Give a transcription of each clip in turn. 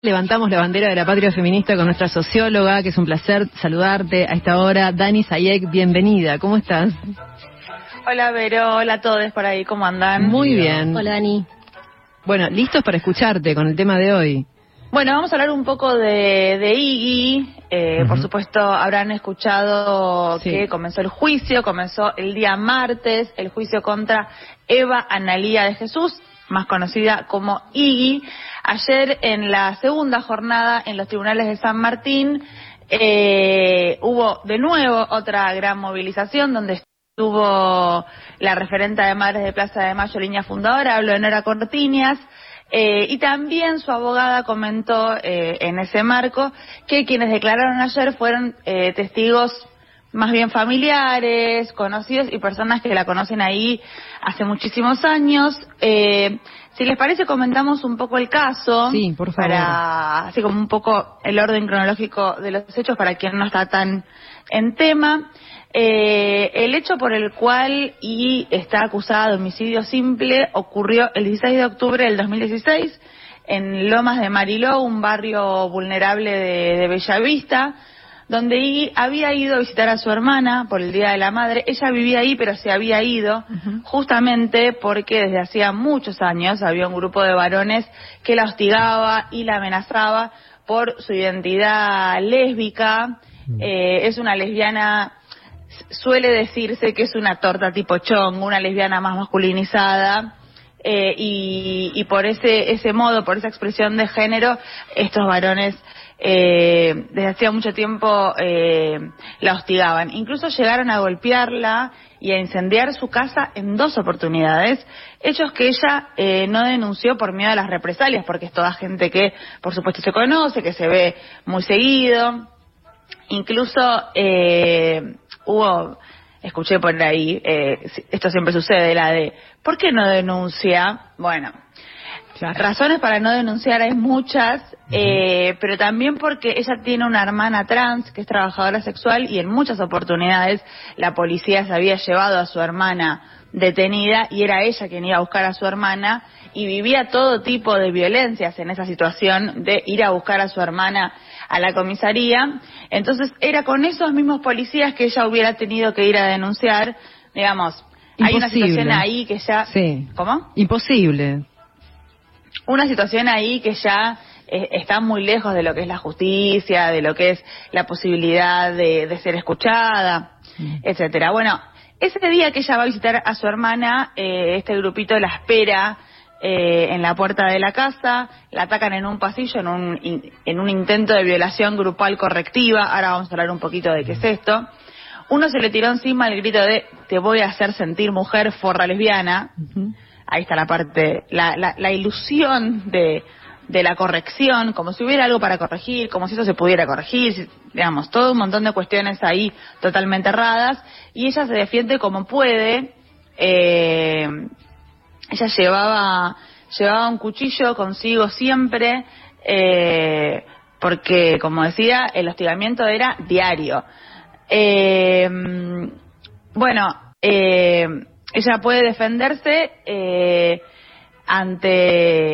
Levantamos la bandera de la patria feminista con nuestra socióloga, que es un placer saludarte a esta hora. Dani Sayek, bienvenida. ¿Cómo estás? Hola, Vero. Hola a todos por ahí. ¿Cómo andan? Muy bien. Hola, Dani. Bueno, listos para escucharte con el tema de hoy. Bueno, vamos a hablar un poco de Iggy. Por supuesto, habrán escuchado que comenzó el juicio. Comenzó el día martes el juicio contra Eva Analía de Jesús, más conocida como Iggy. Ayer, en la segunda jornada en los tribunales de San Martín, hubo de nuevo otra gran movilización donde estuvo la referenta de Madres de Plaza de Mayo, línea fundadora, hablo de Nora Cortiñas, y también su abogada comentó en ese marco que quienes declararon ayer fueron testigos más bien familiares, conocidos y personas que la conocen ahí hace muchísimos años. Si les parece, comentamos un poco el caso. Sí, por favor. Así como un poco el orden cronológico de los hechos para quien no está tan en tema. El hecho por el cual Iggy está acusada de homicidio simple ocurrió el 16 de octubre del 2016 en Lomas de Mariló, un barrio vulnerable de Bellavista, donde Iggy había ido a visitar a su hermana por el Día de la Madre. Ella vivía ahí, pero se había ido justamente porque desde hacía muchos años había un grupo de varones que la hostigaba y la amenazaba por su identidad lésbica. Es una lesbiana, suele decirse que es una torta tipo chongo, una lesbiana más masculinizada. Y por ese modo, por esa expresión de género, estos varones desde hacía mucho tiempo la hostigaban. Incluso llegaron a golpearla y a incendiar su casa en 2 oportunidades, hechos que ella no denunció por miedo a las represalias, porque es toda gente que por supuesto se conoce, que se ve muy seguido. Incluso escuché por ahí, esto siempre sucede, la de ¿por qué no denuncia? Bueno, claro, razones para no denunciar hay muchas, pero también porque ella tiene una hermana trans que es trabajadora sexual y en muchas oportunidades la policía se había llevado a su hermana detenida y era ella quien iba a buscar a su hermana y vivía todo tipo de violencias en esa situación de ir a buscar a su hermana a la comisaría. Entonces era con esos mismos policías que ella hubiera tenido que ir a denunciar, digamos. Imposible. Hay una situación ahí que ya... Sí. ¿Cómo? Imposible. Una situación ahí que ya está muy lejos de lo que es la justicia, de lo que es la posibilidad de ser escuchada, etcétera. Bueno, ese día que ella va a visitar a su hermana, este grupito la espera en la puerta de la casa, la atacan en un pasillo en un intento de violación grupal correctiva. Ahora vamos a hablar un poquito de qué es esto. Uno se le tiró encima el grito de te voy a hacer sentir mujer, forra lesbiana. Ahí está la parte, la ilusión de la corrección, como si hubiera algo para corregir, como si eso se pudiera corregir, digamos, todo un montón de cuestiones ahí totalmente erradas, y ella se defiende como puede. Ella llevaba un cuchillo consigo siempre, porque, como decía, el hostigamiento era diario. Ella puede defenderse ante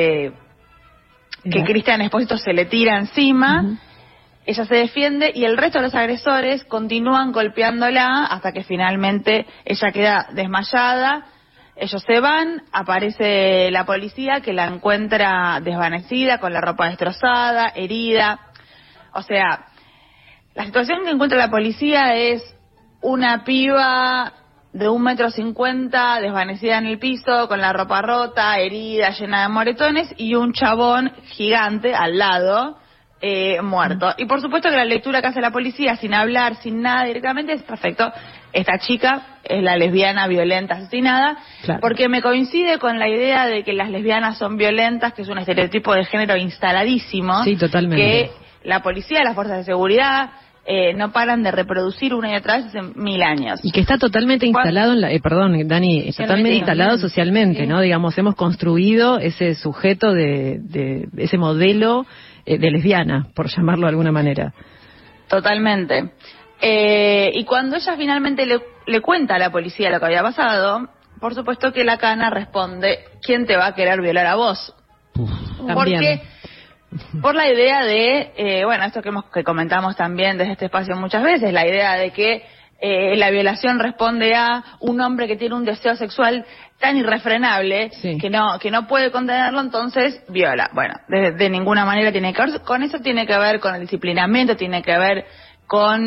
que Cristian Espósito se le tira encima. Ella se defiende y el resto de los agresores continúan golpeándola hasta que finalmente ella queda desmayada. Ellos se van, aparece la policía que la encuentra desvanecida, con la ropa destrozada, herida. O sea, la situación que encuentra la policía es una piba de 1,50 m, desvanecida en el piso, con la ropa rota, herida, llena de moretones, y un chabón gigante al lado, muerto. Y por supuesto que la lectura que hace la policía, sin hablar, sin nada directamente, es perfecto. Esta chica es la lesbiana violenta asesinada, claro, porque me coincide con la idea de que las lesbianas son violentas, que es un estereotipo de género instaladísimo. Sí, totalmente. Que la policía, las fuerzas de seguridad no paran de reproducir una y otra vez hace 1000 años. Y que está totalmente instalado en perdón, Dani, totalmente instalado socialmente, ¿no? Digamos, hemos construido ese sujeto de ese modelo de lesbiana, por llamarlo de alguna manera. Totalmente. Y cuando ella finalmente le cuenta a la policía lo que había pasado, por supuesto que la cana responde, ¿quién te va a querer violar a vos? Porque por la idea de, bueno, esto que comentamos también desde este espacio muchas veces, la idea de que la violación responde a un hombre que tiene un deseo sexual tan irrefrenable que no puede contenerlo, entonces viola. Bueno, de ninguna manera tiene que ver con eso, tiene que ver con el disciplinamiento, tiene que ver con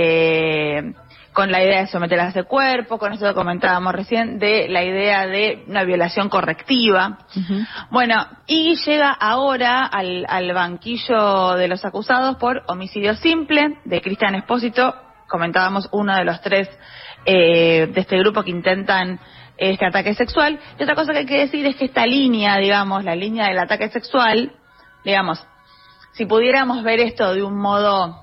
la idea de someter a ese cuerpo, con eso que comentábamos recién, de la idea de una violación correctiva. Bueno, y llega ahora al banquillo de los acusados por homicidio simple de Cristian Espósito. Comentábamos uno de los 3 de este grupo que intentan este ataque sexual. Y otra cosa que hay que decir es que esta línea, digamos, la línea del ataque sexual, digamos, si pudiéramos ver esto de un modo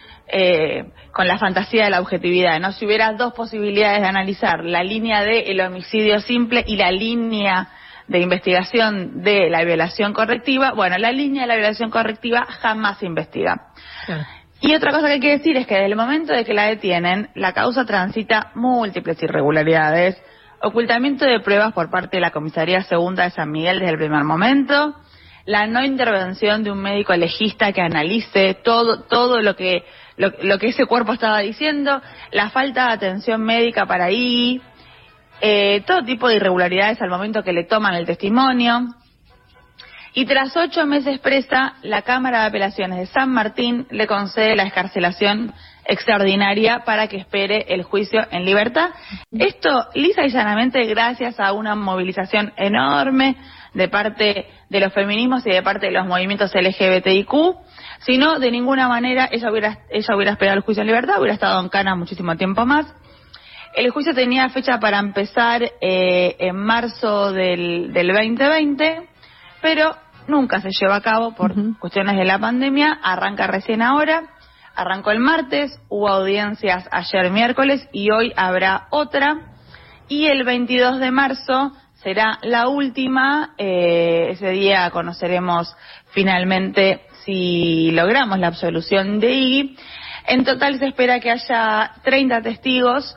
con la fantasía de la objetividad, ¿no? Si hubiera 2 posibilidades de analizar, la línea del homicidio simple y la línea de investigación de la violación correctiva, bueno, la línea de la violación correctiva jamás se investiga. Claro. Y otra cosa que hay que decir es que desde el momento de que la detienen, la causa transita múltiples irregularidades, ocultamiento de pruebas por parte de la Comisaría Segunda de San Miguel desde el primer momento, la no intervención de un médico legista que analice todo lo que ese cuerpo estaba diciendo, la falta de atención médica para ahí, todo tipo de irregularidades al momento que le toman el testimonio. Y tras 8 meses presa, la Cámara de Apelaciones de San Martín le concede la excarcelación extraordinaria para que espere el juicio en libertad. Esto lisa y llanamente gracias a una movilización enorme de parte de los feminismos y de parte de los movimientos LGBTIQ. Si no, de ninguna manera ella hubiera esperado el juicio en libertad, hubiera estado en cana muchísimo tiempo más. El juicio tenía fecha para empezar en marzo del 2020, pero nunca se lleva a cabo por cuestiones de la pandemia. Arranca recién ahora, arrancó el martes, hubo audiencias ayer miércoles y hoy habrá otra. Y el 22 de marzo será la última. Ese día conoceremos finalmente si logramos la absolución de Iggy. En total se espera que haya 30 testigos.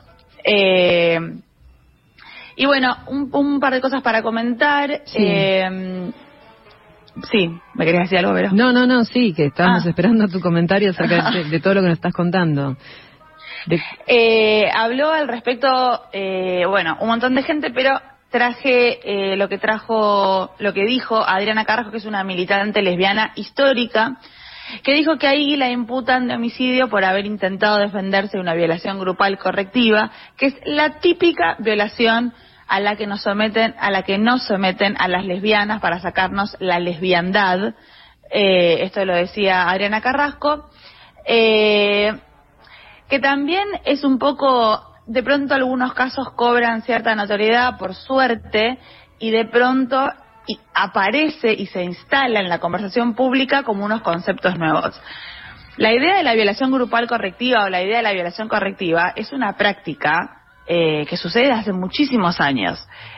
Y bueno, un par de cosas para comentar. Sí, ¿me querías decir algo, Vero? No, sí, que estábamos esperando tu comentario acerca de todo lo que nos estás contando. Habló al respecto, bueno, un montón de gente, pero traje lo que dijo Adriana Carrasco, que es una militante lesbiana histórica, que dijo que a Iggy la imputan de homicidio por haber intentado defenderse de una violación grupal correctiva, que es la típica violación a la que nos someten a las lesbianas para sacarnos la lesbiandad. Esto lo decía Adriana Carrasco, que también es un poco, de pronto algunos casos cobran cierta notoriedad por suerte y de pronto aparece y se instala en la conversación pública como unos conceptos nuevos. La idea de la violación grupal correctiva o la idea de la violación correctiva es una práctica que sucede hace muchísimos años.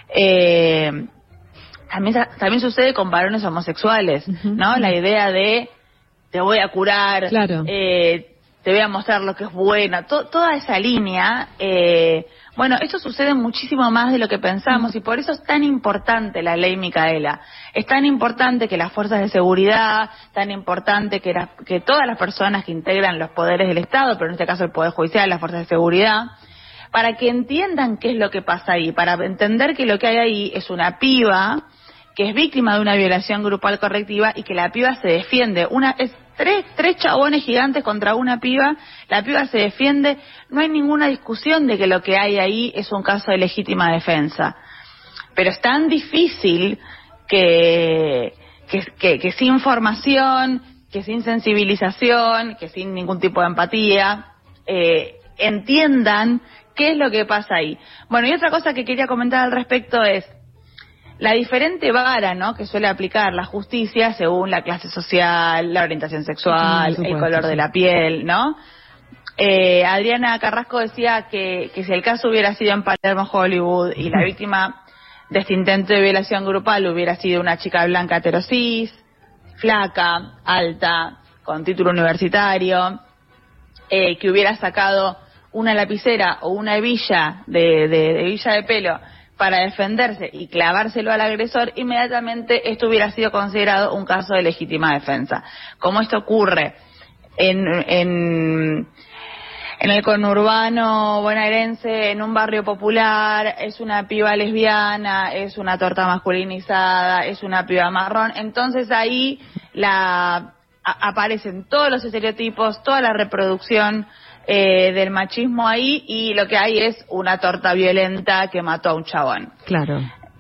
También sucede con varones homosexuales, ¿no? La idea de te voy a curar, claro. Te voy a mostrar lo que es bueno, toda esa línea. Bueno, esto sucede muchísimo más de lo que pensamos y por eso es tan importante la ley Micaela. Es tan importante que las fuerzas de seguridad, tan importante que todas las personas que integran los poderes del Estado, pero en este caso el Poder Judicial, las fuerzas de seguridad, para que entiendan qué es lo que pasa ahí, para entender que lo que hay ahí es una piba que es víctima de una violación grupal correctiva y que la piba se defiende. Tres chabones gigantes contra una piba, la piba se defiende, no hay ninguna discusión de que lo que hay ahí es un caso de legítima defensa. Pero es tan difícil que sin formación, que sin sensibilización, que sin ningún tipo de empatía, entiendan qué es lo que pasa ahí. Bueno, y otra cosa que quería comentar al respecto es la diferente vara, ¿no?, que suele aplicar la justicia según la clase social, la orientación sexual, el color de la piel, ¿no? Adriana Carrasco decía que si el caso hubiera sido en Palermo, Hollywood, y la víctima de este intento de violación grupal hubiera sido una chica blanca heterosis, flaca, alta, con título universitario, que hubiera sacado una lapicera o una hebilla de hebilla de pelo para defenderse y clavárselo al agresor, inmediatamente esto hubiera sido considerado un caso de legítima defensa. Como esto ocurre en el conurbano bonaerense, en un barrio popular, es una piba lesbiana, es una torta masculinizada, es una piba marrón, entonces ahí aparecen todos los estereotipos, toda la reproducción del machismo ahí, y lo que hay es una torta violenta que mató a un chabón. Claro.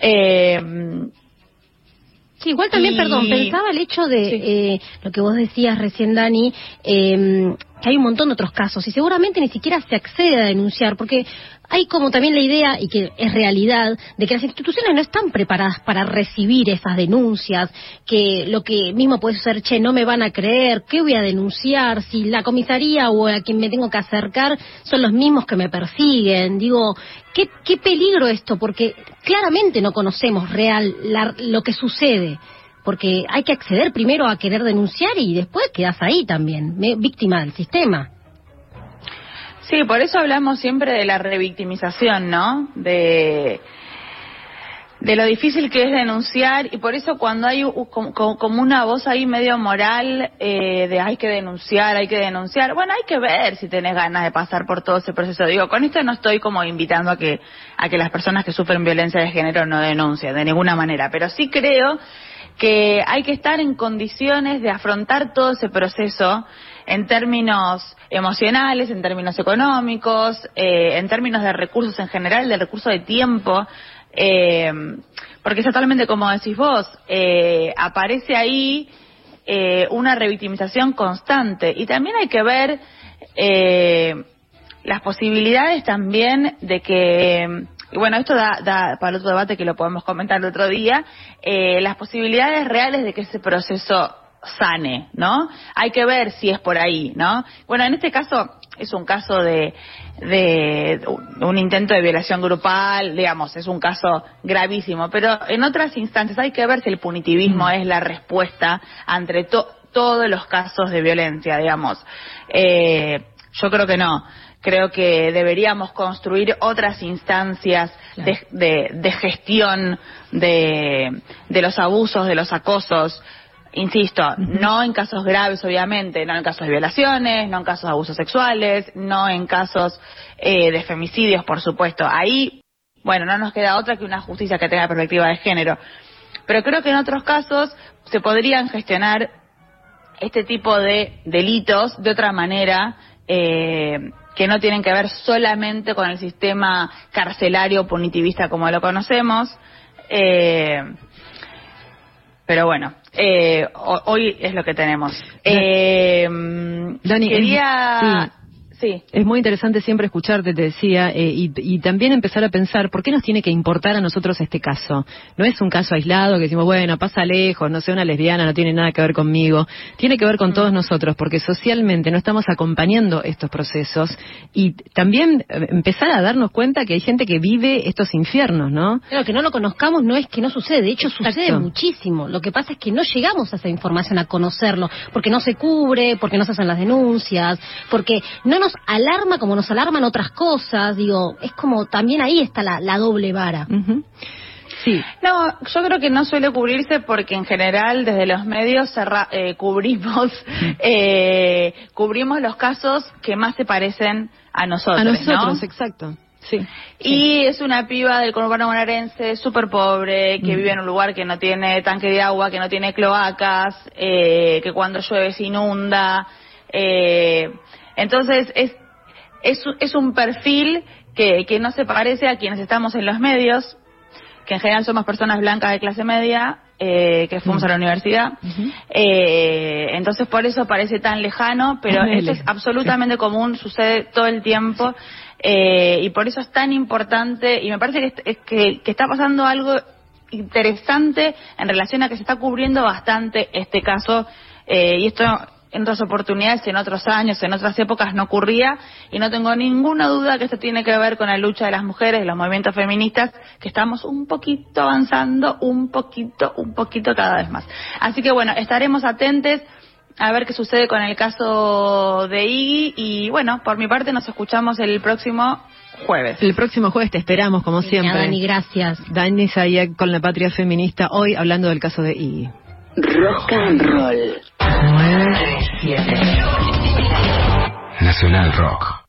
Sí, igual también, perdón, pensaba el hecho de lo que vos decías recién, Dani, que hay un montón de otros casos y seguramente ni siquiera se accede a denunciar, porque hay como también la idea, y que es realidad, de que las instituciones no están preparadas para recibir esas denuncias, que lo que mismo puede ser, che, no me van a creer, ¿qué voy a denunciar? Si la comisaría o a quien me tengo que acercar son los mismos que me persiguen. Digo, qué peligro esto, porque claramente no conocemos lo que sucede, porque hay que acceder primero a querer denunciar y después quedas ahí también, víctima del sistema. Sí, por eso hablamos siempre de la revictimización, ¿no? De lo difícil que es denunciar, y por eso cuando hay como una voz ahí medio moral de hay que denunciar, bueno, hay que ver si tenés ganas de pasar por todo ese proceso. Digo, con esto no estoy como invitando a que las personas que sufren violencia de género no denuncien de ninguna manera, pero sí creo que hay que estar en condiciones de afrontar todo ese proceso en términos emocionales, en términos económicos, en términos de recursos en general, de recurso de tiempo, porque es totalmente como decís vos, aparece ahí una revictimización constante, y también hay que ver las posibilidades también de que, y bueno, esto da para otro debate que lo podemos comentar el otro día, las posibilidades reales de que ese proceso sane, ¿no? Hay que ver si es por ahí, ¿no? Bueno, en este caso es un caso de un intento de violación grupal, digamos, es un caso gravísimo, pero en otras instancias hay que ver si el punitivismo es la respuesta ante todos los casos de violencia, digamos. Yo creo que no. Creo que deberíamos construir otras instancias de gestión de los abusos, de los acosos. Insisto, no en casos graves, obviamente, no en casos de violaciones, no en casos de abusos sexuales, no en casos de femicidios, por supuesto. Ahí, bueno, no nos queda otra que una justicia que tenga perspectiva de género. Pero creo que en otros casos se podrían gestionar este tipo de delitos de otra manera, que no tienen que ver solamente con el sistema carcelario punitivista como lo conocemos. Pero bueno, hoy es lo que tenemos. Dani, quería... Sí. Es muy interesante siempre escucharte, te decía, y también empezar a pensar por qué nos tiene que importar a nosotros este caso. No es un caso aislado que decimos, bueno, pasa lejos, no sé, una lesbiana no tiene nada que ver conmigo. Tiene que ver con todos nosotros, porque socialmente no estamos acompañando estos procesos, y también empezar a darnos cuenta que hay gente que vive estos infiernos, ¿no? Pero que no lo conozcamos no es que no sucede, de hecho sucede muchísimo. Lo que pasa es que no llegamos a esa información, a conocerlo, porque no se cubre, porque no se hacen las denuncias, porque no nos alarma como nos alarman otras cosas. Digo, es como también ahí está la doble vara. Sí. No, yo creo que no suele cubrirse porque en general desde los medios cubrimos los casos que más se parecen a nosotros. A nosotros, ¿no? Exacto. Sí. Y es una piba del conurbano bonaerense súper pobre, que vive en un lugar que no tiene tanque de agua, que no tiene cloacas, que cuando llueve se inunda. Entonces es un perfil que no se parece a quienes estamos en los medios, que en general somos personas blancas de clase media, que fuimos a la universidad. Entonces por eso parece tan lejano, pero esto es absolutamente común, sucede todo el tiempo, y por eso es tan importante, y me parece que está pasando algo interesante en relación a que se está cubriendo bastante este caso, y esto en otras oportunidades, en otros años, en otras épocas no ocurría, y no tengo ninguna duda que esto tiene que ver con la lucha de las mujeres, de los movimientos feministas, que estamos un poquito avanzando, un poquito cada vez más. Así que bueno, estaremos atentos. a ver qué sucede con el caso de Iggy. Y bueno, por mi parte nos escuchamos el próximo jueves. El próximo jueves te esperamos, como siempre. Dani, gracias. Dani Zayek con La Patria Feminista, hoy hablando del caso de Iggy. Rock and Roll 937 Nacional Rock.